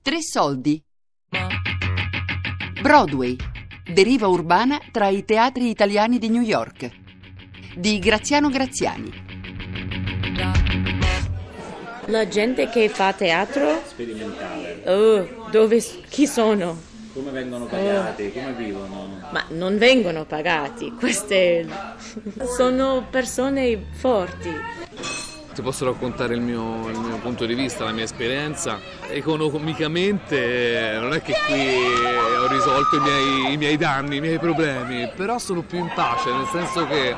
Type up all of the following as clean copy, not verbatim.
Tre soldi. Broadway, deriva urbana tra i teatri italiani di New York, di Graziano Graziani. La gente che fa teatro? Sperimentale. Chi sono? Come vengono pagati? Come vivono? Ma non vengono pagati, queste sono persone forti. Ti posso raccontare il mio punto di vista, la mia esperienza. Economicamente non è che qui ho risolto i miei danni, i miei problemi, però sono più in pace, nel senso che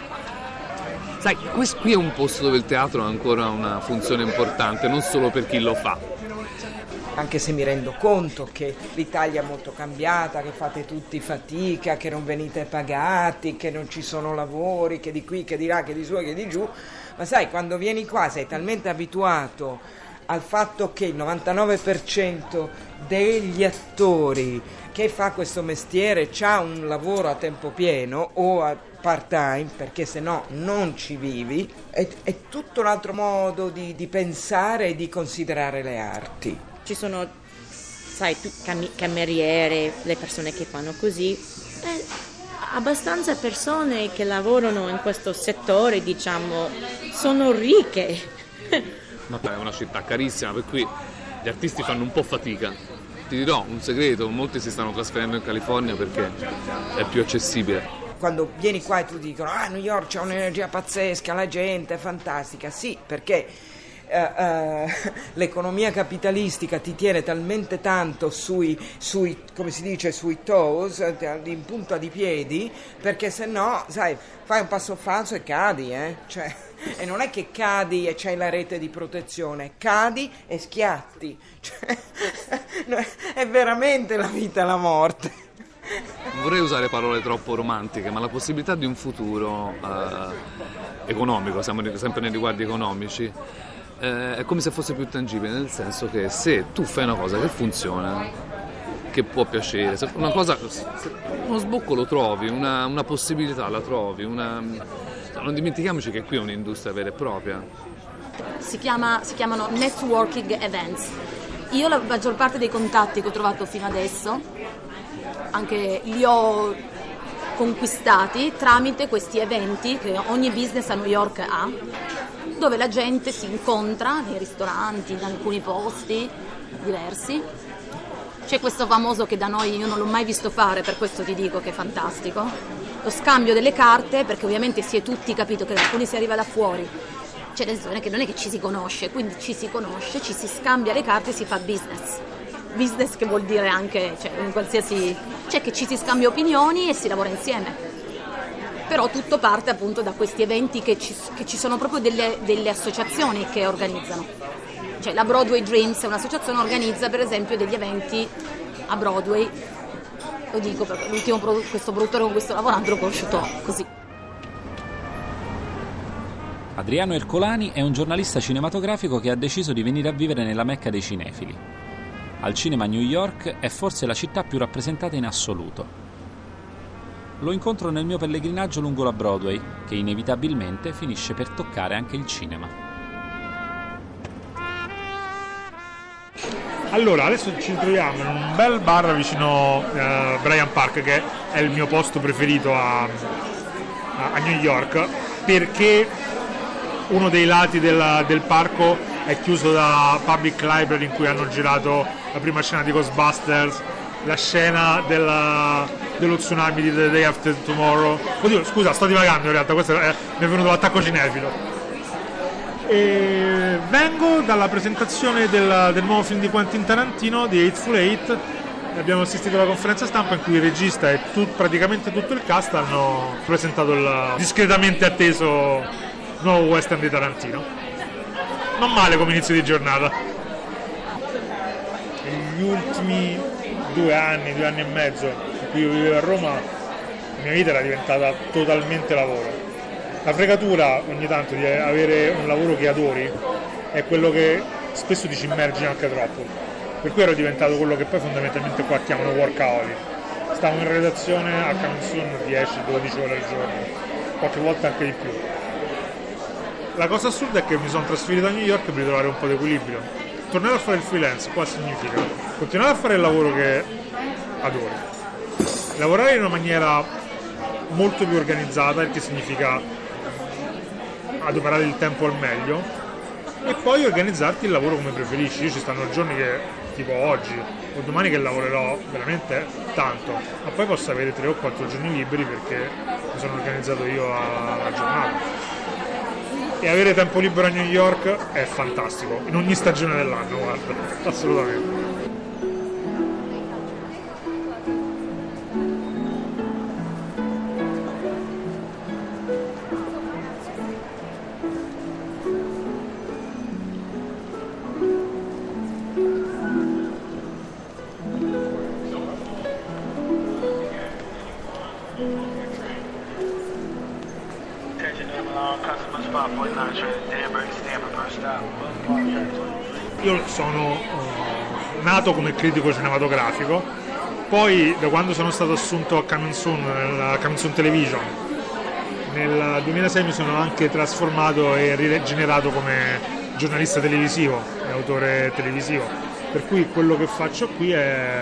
sai, qui è un posto dove il teatro ha ancora una funzione importante, non solo per chi lo fa. Anche se mi rendo conto che l'Italia è molto cambiata, che fate tutti fatica, che non venite pagati, che non ci sono lavori, che di qui, che di là, che di su e che di giù, ma sai, quando vieni qua sei talmente abituato al fatto che il 99% degli attori che fa questo mestiere c'ha un lavoro a tempo pieno o a part-time, perché se no non ci vivi, è tutto un altro modo di pensare e di considerare le arti. Ci sono, sai, cameriere, le persone che fanno così, abbastanza persone che lavorano in questo settore, diciamo, sono ricche. Vabbè, è una città carissima, per cui gli artisti fanno un po' fatica. Ti dirò un segreto, molti si stanno trasferendo in California perché è più accessibile. Quando vieni qua e tutti dicono New York c'è un'energia pazzesca, la gente è fantastica, sì, perché l'economia capitalistica ti tiene talmente tanto sui come si dice, sui toes, in punta di piedi, perché se no, sai, fai un passo falso e cadi, cioè, e non è che cadi e c'hai la rete di protezione, cadi e schiatti, cioè, è veramente la vita e la morte. Non vorrei usare parole troppo romantiche, ma la possibilità di un futuro economico, siamo sempre nei riguardi economici, è come se fosse più tangibile, nel senso che se tu fai una cosa che funziona, che può piacere, se uno sbocco lo trovi, una possibilità la trovi, non dimentichiamoci che qui è un'industria vera e propria. Si chiamano networking events. Io la maggior parte dei contatti che ho trovato fino adesso, anche li ho conquistati tramite questi eventi che ogni business a New York ha, dove la gente si incontra nei ristoranti, in alcuni posti diversi. C'è questo famoso che da noi io non l'ho mai visto fare, per questo ti dico che è fantastico, lo scambio delle carte, perché ovviamente si è tutti capito che alcuni si arriva da fuori, c'è le zone che non è che ci si conosce, quindi ci si conosce, ci si scambia le carte e si fa business che vuol dire anche, cioè, in qualsiasi, cioè che ci si scambia opinioni e si lavora insieme. Però tutto parte appunto da questi eventi che ci sono proprio delle associazioni che organizzano. Cioè la Broadway Dreams è un'associazione che organizza per esempio degli eventi a Broadway. Lo dico perché questo produttore con cui sto lavorando l'ho conosciuto così. Adriano Ercolani è un giornalista cinematografico che ha deciso di venire a vivere nella Mecca dei cinefili. Al cinema New York è forse la città più rappresentata in assoluto. Lo incontro nel mio pellegrinaggio lungo la Broadway, che inevitabilmente finisce per toccare anche il cinema. Allora, adesso ci troviamo in un bel bar vicino Bryant Park, che è il mio posto preferito a New York, perché uno dei lati del parco è chiuso da Public Library, in cui hanno girato la prima scena di Ghostbusters, la scena dello tsunami di The Day After Tomorrow. Oddio, scusa, sto divagando in realtà, questo mi è venuto l'attacco cinefilo. E vengo dalla presentazione del nuovo film di Quentin Tarantino, di Hateful Eight. Abbiamo assistito alla conferenza stampa in cui il regista e praticamente tutto il cast hanno presentato il discretamente atteso nuovo western di Tarantino. Non male come inizio di giornata. Negli ultimi 2 anni e mezzo in cui io vivevo a Roma, la mia vita era diventata totalmente lavoro. La fregatura ogni tanto di avere un lavoro che adori è quello che spesso ti ci immergi anche troppo, per cui ero diventato quello che poi fondamentalmente qua chiamano workaholic. Stavo in redazione a Coming Soon 10-12 ore al giorno, qualche volta anche di più. La cosa assurda è che mi sono trasferito a New York per ritrovare un po' di equilibrio, tornare a fare il freelance qua significa continuare a fare il lavoro che adoro, lavorare in una maniera molto più organizzata, il che significa adoperare il tempo al meglio, e poi organizzarti il lavoro come preferisci. Io ci stanno giorni che, tipo oggi o domani, che lavorerò veramente tanto, ma poi posso avere 3 o 4 giorni liberi perché mi sono organizzato io la giornata. E avere tempo libero a New York è fantastico, in ogni stagione dell'anno, guarda, assolutamente. Io sono nato come critico cinematografico, poi da quando sono stato assunto a Coming Soon, nella Coming Soon Television, nel 2006 mi sono anche trasformato e rigenerato come giornalista televisivo e autore televisivo, per cui quello che faccio qui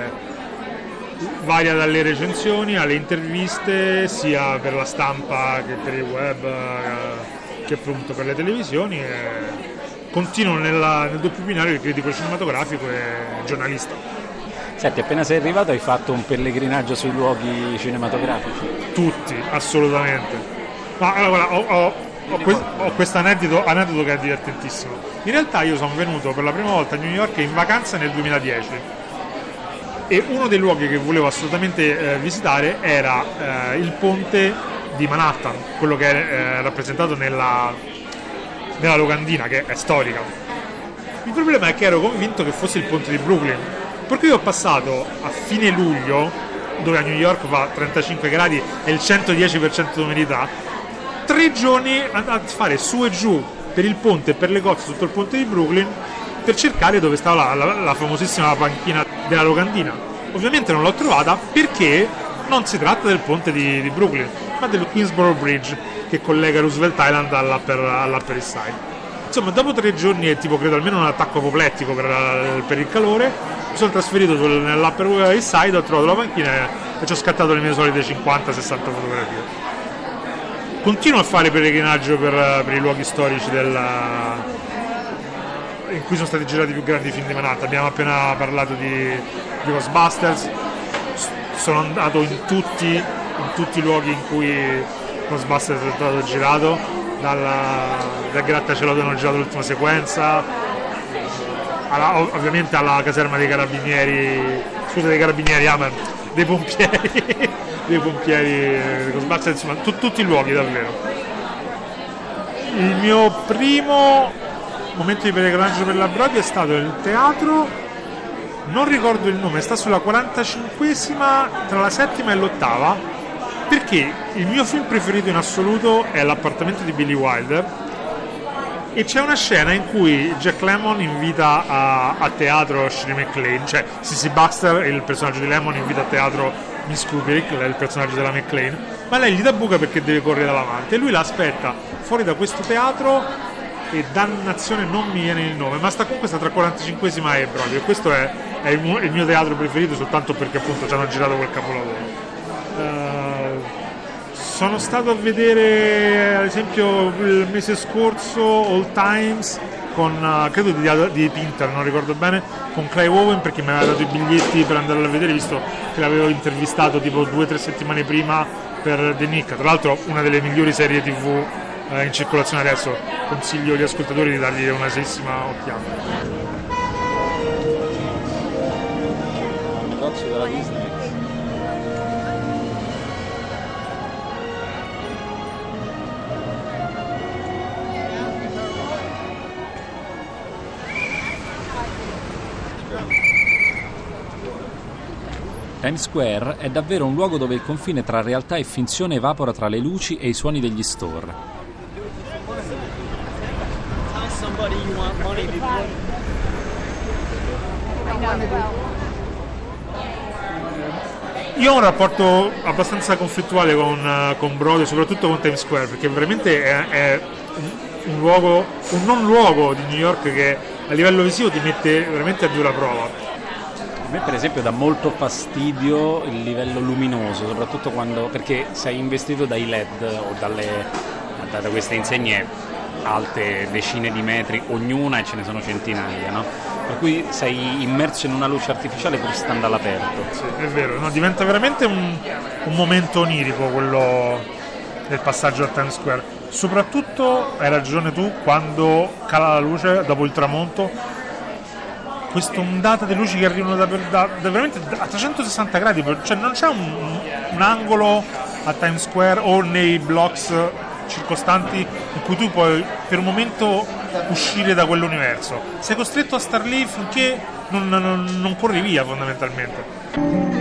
varia dalle recensioni alle interviste, sia per la stampa che per il web che appunto per le televisioni, e continuo nel doppio binario di critico cinematografico e giornalista. Senti, appena sei arrivato hai fatto un pellegrinaggio sui luoghi cinematografici? Tutti, assolutamente. Ma allora, ho questo aneddoto che è divertentissimo. In realtà io sono venuto per la prima volta a New York in vacanza nel 2010 e uno dei luoghi che volevo assolutamente visitare era il ponte di Manhattan, quello che è rappresentato nella locandina, che è storica. Il problema è che ero convinto che fosse il ponte di Brooklyn, perché io ho passato a fine luglio, dove a New York fa 35 gradi e il 110% di umidità, 3 giorni a fare su e giù per il ponte e per le cozze sotto il ponte di Brooklyn per cercare dove stava la famosissima panchina della locandina. Ovviamente non l'ho trovata perché non si tratta del ponte di Brooklyn, ma del Queensboro Bridge, che collega Roosevelt Island all'Upper East Side. Insomma, dopo 3 giorni e tipo credo almeno un attacco apoplettico per il calore, mi sono trasferito nell'Upper East Side, ho trovato la panchina e ci ho scattato le mie solite 50-60 fotografie. Continuo a fare pellegrinaggio per i luoghi storici in cui sono stati girati i più grandi film di Manhattan. Abbiamo appena parlato di Ghostbusters. Sono andato in tutti i luoghi in cui Ghostbusters è stato girato, dal grattacielo dove hanno girato l'ultima sequenza, ovviamente alla caserma dei carabinieri, dei pompieri dei Ghostbusters, insomma tutti i luoghi davvero. Il mio primo momento di pellegrinaggio per la Broadway è stato il teatro, non ricordo il nome, sta sulla 45esima tra la 7ª e l'8ª, perché il mio film preferito in assoluto è L'appartamento di Billy Wilder, e c'è una scena in cui Jack Lemmon invita a teatro Shirley MacLaine, cioè Sissy Baxter, il personaggio di Lemmon, invita a teatro Miss Kubrick, il personaggio della MacLaine, ma lei gli dà buca perché deve correre davanti e lui la aspetta fuori da questo teatro, e dannazione non mi viene il nome, ma comunque sta tra 45esima e Broadway. Questo è il mio teatro preferito, soltanto perché appunto ci hanno girato quel capolavoro. Sono stato a vedere ad esempio il mese scorso Old Times con credo di Pinter, non ricordo bene, con Clive Owen, perché mi aveva dato i biglietti per andarlo a vedere, visto che l'avevo intervistato tipo 2 o 3 settimane prima per The Nick. Tra l'altro una delle migliori serie TV in circolazione adesso, consiglio agli ascoltatori di dargli una serissima occhiata. Negozio della Disney. Times Square è davvero un luogo dove il confine tra realtà e finzione evapora tra le luci e i suoni degli store. Io ho un rapporto abbastanza conflittuale con Broadway, soprattutto con Times Square, perché veramente è un non luogo di New York che a livello visivo ti mette veramente a dura prova. A me per esempio dà molto fastidio il livello luminoso, soprattutto perché sei investito dai LED o da queste insegne alte decine di metri ognuna e ce ne sono centinaia, no? Per cui sei immerso in una luce artificiale pur stando all'aperto. Sì, è vero, no? Diventa veramente un momento onirico quello del passaggio a Times Square. Soprattutto, hai ragione tu, quando cala la luce dopo il tramonto, questa ondata di luci che arrivano da veramente a 360 gradi, cioè non c'è un angolo a Times Square o nei blocks circostanti in cui tu puoi per un momento uscire da quell'universo. Sei costretto a star lì finché non corri via, fondamentalmente.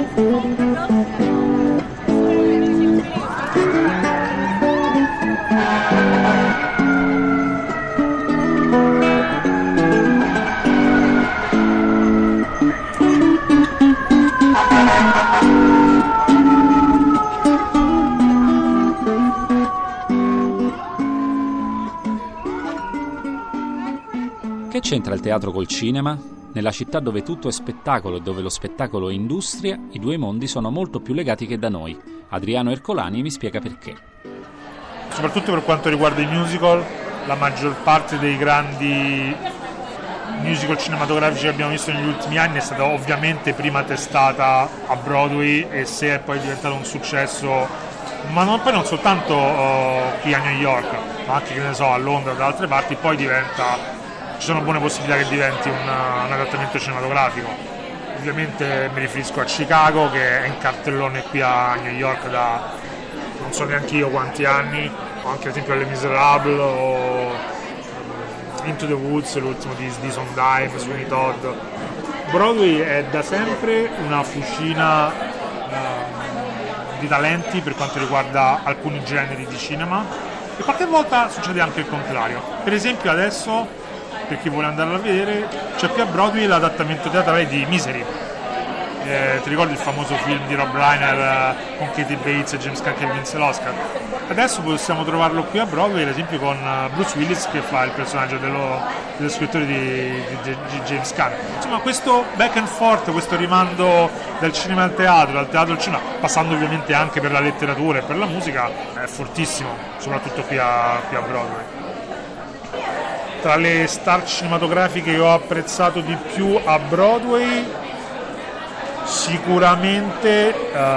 Che c'entra il teatro col cinema? Nella città dove tutto è spettacolo e dove lo spettacolo è industria, i due mondi sono molto più legati che da noi. Adriano Ercolani mi spiega perché. Soprattutto per quanto riguarda i musical, la maggior parte dei grandi musical cinematografici che abbiamo visto negli ultimi anni è stata ovviamente prima testata a Broadway, e se è poi diventato un successo, ma poi non soltanto qui a New York, ma anche, che ne so, a Londra o da altre parti, poi ci sono buone possibilità che diventi un adattamento cinematografico. Ovviamente mi riferisco a Chicago, che è in cartellone qui a New York da non so neanche io quanti anni, o anche ad esempio Les Miserables o Into the Woods, l'ultimo di Sondheim, Sweeney Todd. Broadway è da sempre una fucina di talenti per quanto riguarda alcuni generi di cinema, e qualche volta succede anche il contrario. Per esempio adesso, per chi vuole andarlo a vedere, c'è qui a Broadway l'adattamento teatrale di Misery. Ti ricordi il famoso film di Rob Reiner con Katie Bates e James Caan che vinse l'Oscar? Adesso possiamo trovarlo qui a Broadway, ad esempio con Bruce Willis che fa il personaggio dello scrittore di James Caan. Insomma, questo back and forth, questo rimando dal cinema al teatro, dal teatro al cinema, passando ovviamente anche per la letteratura e per la musica, è fortissimo, soprattutto qui a Broadway. Tra le star cinematografiche che ho apprezzato di più a Broadway, sicuramente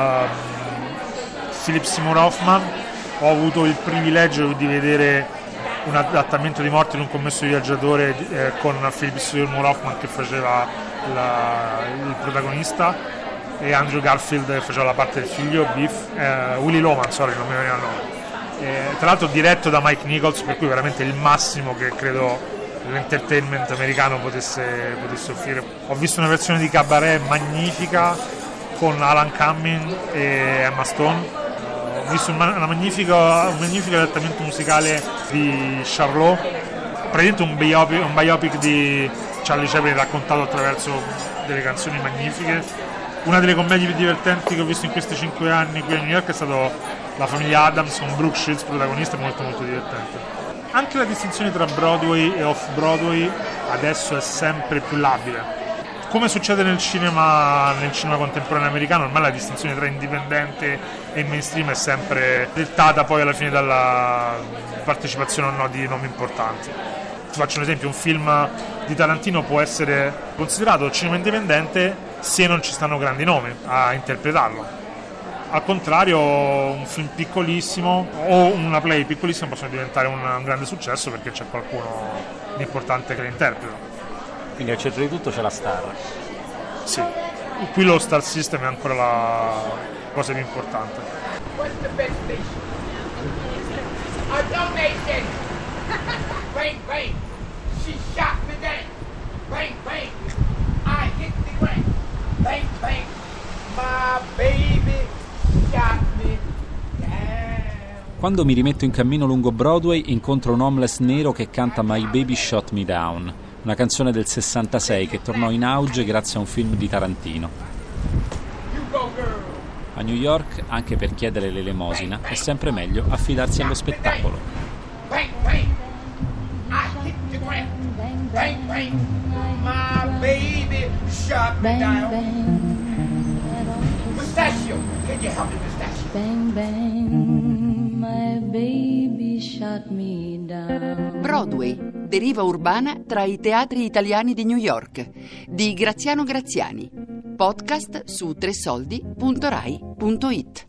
Philip Seymour Hoffman. Ho avuto il privilegio di vedere un adattamento di Morte in un commesso di viaggiatore con Philip Seymour Hoffman che faceva il protagonista, e Andrew Garfield che faceva la parte del figlio, Willy Loman, non mi veniva il nome. Tra l'altro diretto da Mike Nichols, per cui veramente il massimo che credo l'entertainment americano potesse offrire. Ho visto una versione di Cabaret magnifica con Alan Cumming e Emma Stone. Ho visto un magnifico adattamento musicale di Charlot, praticamente un biopic di Charlie Chaplin raccontato attraverso delle canzoni magnifiche. Una delle commedie più divertenti che ho visto in questi 5 anni qui a New York è stato La famiglia Addams con Brooke Shields protagonista, molto molto divertente. Anche la distinzione tra Broadway e off-Broadway adesso è sempre più labile. Come succede nel cinema contemporaneo americano, ormai la distinzione tra indipendente e mainstream è sempre dettata poi alla fine dalla partecipazione o no di nomi importanti. Ti faccio un esempio: un film di Tarantino può essere considerato cinema indipendente se non ci stanno grandi nomi a interpretarlo. Al contrario, un film piccolissimo o una play piccolissima possono diventare un grande successo perché c'è qualcuno di importante che le interpreta. Quindi al centro di tutto c'è la star. Sì, qui lo star system è ancora la cosa più importante. What's the best station? A donation! Bang, bang! She shot me down! Bang, bang! I hit the ground! Bang, bang! My baby shot me down! Quando mi rimetto in cammino lungo Broadway incontro un homeless nero che canta My Baby Shot Me Down, una canzone del 66 che tornò in auge grazie a un film di Tarantino. A New York, anche per chiedere l'elemosina, è sempre meglio affidarsi allo spettacolo. Bang, bang! I hit the ground! Bang, bang, my baby shot me down. Mustachio, can you help me, Mustachio? Bang, bang, my baby shot me down. Broadway, deriva urbana tra i teatri italiani di New York, di Graziano Graziani. Podcast su tresoldi.rai.it.